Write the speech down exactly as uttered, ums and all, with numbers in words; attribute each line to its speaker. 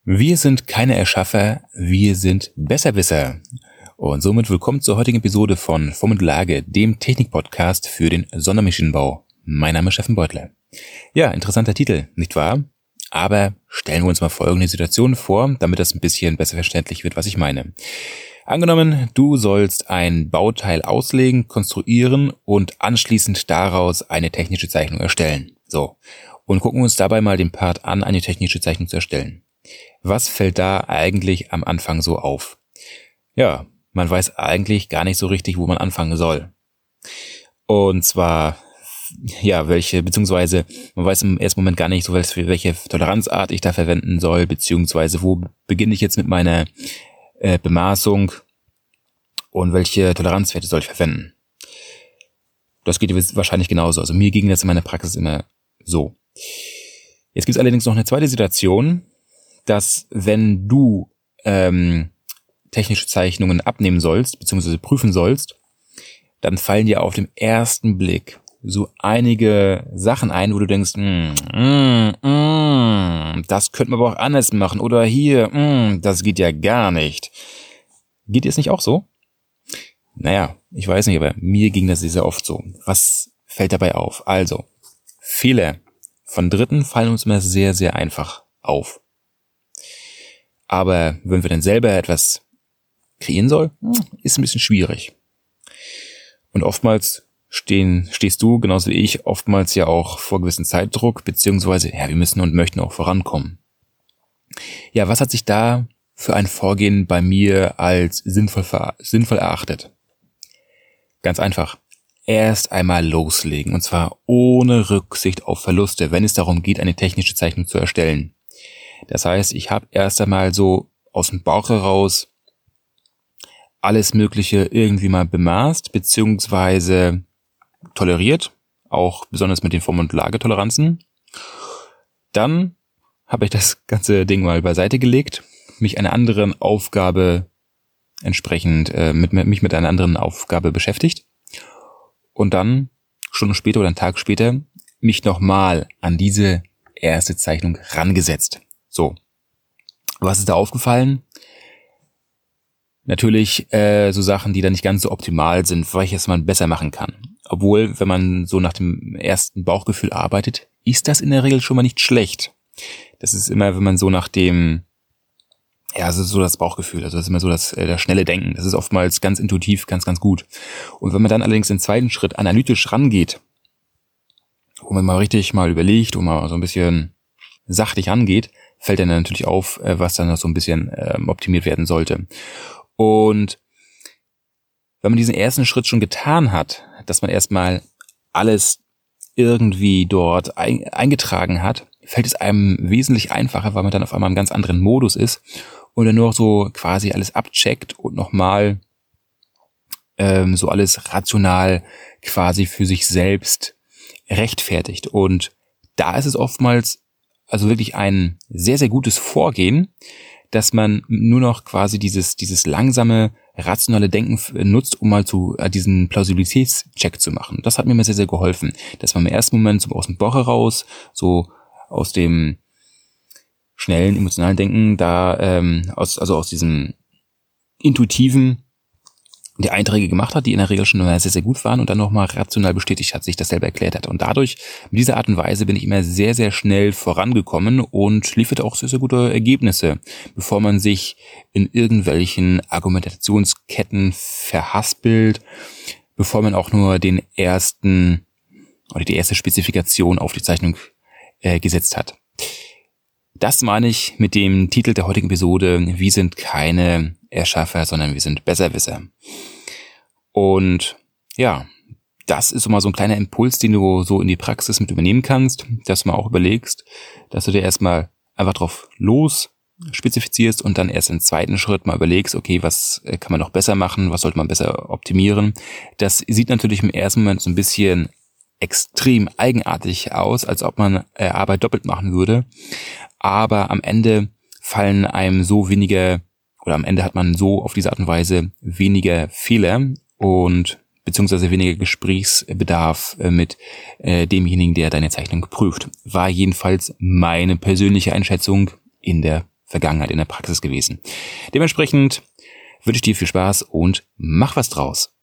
Speaker 1: Wir sind keine Erschaffer, wir sind Besserwisser. Und somit willkommen zur heutigen Episode von Form und Lage, dem Technik-Podcast für den Sondermaschinenbau. Mein Name ist Steffen Beutler. Ja, interessanter Titel, nicht wahr? Aber stellen wir uns mal folgende Situation vor, damit das ein bisschen besser verständlich wird, was ich meine. Angenommen, du sollst ein Bauteil auslegen, konstruieren und anschließend daraus eine technische Zeichnung erstellen. So, und gucken uns dabei mal den Part an, eine technische Zeichnung zu erstellen. Was fällt da eigentlich am Anfang so auf? Ja, man weiß eigentlich gar nicht so richtig, wo man anfangen soll. Und zwar, ja, welche, beziehungsweise man weiß im ersten Moment gar nicht so, welche Toleranzart ich da verwenden soll, beziehungsweise wo beginne ich jetzt mit meiner äh, Bemaßung und welche Toleranzwerte soll ich verwenden. Das geht wahrscheinlich genauso. Also mir ging das in meiner Praxis immer so. Jetzt gibt es allerdings noch eine zweite Situation, dass wenn du ähm, technische Zeichnungen abnehmen sollst, beziehungsweise prüfen sollst, dann fallen dir auf den ersten Blick so einige Sachen ein, wo du denkst, mm, mm, mm, das könnte man aber auch anders machen. Oder hier, mm, das geht ja gar nicht. Geht dir es nicht auch so? Naja, ich weiß nicht, aber mir ging das sehr oft so. Was fällt dabei auf? Also, Fehler von Dritten fallen uns immer sehr, sehr einfach auf. Aber wenn wir dann selber etwas kreieren sollen, ist ein bisschen schwierig. Und oftmals stehen, stehst du, genauso wie ich, oftmals ja auch vor gewissen Zeitdruck, beziehungsweise, ja, wir müssen und möchten auch vorankommen. Ja, was hat sich da für ein Vorgehen bei mir als sinnvoll, sinnvoll erachtet? Ganz einfach. Erst einmal loslegen, und zwar ohne Rücksicht auf Verluste, wenn es darum geht, eine technische Zeichnung zu erstellen. Das heißt, ich habe erst einmal so aus dem Bauch heraus alles Mögliche irgendwie mal bemaßt, beziehungsweise toleriert, auch besonders mit den Form- und Lagetoleranzen. Dann habe ich das ganze Ding mal beiseite gelegt, mich einer anderen Aufgabe entsprechend, äh, mit, mich mit einer anderen Aufgabe beschäftigt und dann, Stunden später oder einen Tag später, mich nochmal an diese erste Zeichnung rangesetzt. So, was ist da aufgefallen? Natürlich äh, so Sachen, die da nicht ganz so optimal sind, welches man besser machen kann. Obwohl, wenn man so nach dem ersten Bauchgefühl arbeitet, ist das in der Regel schon mal nicht schlecht. Das ist immer, wenn man so nach dem, ja, das ist so das Bauchgefühl, also das ist immer so das, äh, das schnelle Denken. Das ist oftmals ganz intuitiv, ganz, ganz gut. Und wenn man dann allerdings den zweiten Schritt analytisch rangeht, wo man mal richtig mal überlegt und mal so ein bisschen sachlich angeht, fällt dann natürlich auf, was dann noch so ein bisschen ähm, optimiert werden sollte. Und wenn man diesen ersten Schritt schon getan hat, dass man erstmal alles irgendwie dort ein, eingetragen hat, fällt es einem wesentlich einfacher, weil man dann auf einmal im ganz anderen Modus ist und dann nur noch so quasi alles abcheckt und nochmal ähm, so alles rational quasi für sich selbst rechtfertigt. Und da ist es oftmals also wirklich ein sehr, sehr gutes Vorgehen, dass man nur noch quasi dieses dieses langsame, rationale Denken nutzt, um mal zu äh, diesen Plausibilitätscheck zu machen. Das hat mir immer sehr, sehr geholfen, dass man im ersten Moment so aus dem Bauch heraus, so aus dem schnellen, emotionalen Denken, da ähm, aus also aus diesem intuitiven die Einträge gemacht hat, die in der Regel schon sehr, sehr gut waren und dann nochmal rational bestätigt hat, sich das selber erklärt hat. Und dadurch, mit dieser Art und Weise, bin ich immer sehr, sehr schnell vorangekommen und lieferte auch sehr, sehr gute Ergebnisse, bevor man sich in irgendwelchen Argumentationsketten verhaspelt, bevor man auch nur den ersten oder die erste Spezifikation auf die Zeichnung äh, gesetzt hat. Das meine ich mit dem Titel der heutigen Episode: Wir sind keine Erschaffer, sondern wir sind Besserwisser. Und ja, das ist so mal so ein kleiner Impuls, den du so in die Praxis mit übernehmen kannst, dass du mal auch überlegst, dass du dir erstmal einfach drauf los spezifizierst und dann erst im zweiten Schritt mal überlegst, okay, was kann man noch besser machen, was sollte man besser optimieren. Das sieht natürlich im ersten Moment so ein bisschen extrem eigenartig aus, als ob man äh, Arbeit doppelt machen würde. Aber am Ende fallen einem so weniger, oder am Ende hat man so auf diese Art und Weise weniger Fehler und beziehungsweise weniger Gesprächsbedarf mit äh, demjenigen, der deine Zeichnung prüft. War jedenfalls meine persönliche Einschätzung in der Vergangenheit, in der Praxis gewesen. Dementsprechend wünsche ich dir viel Spaß und mach was draus.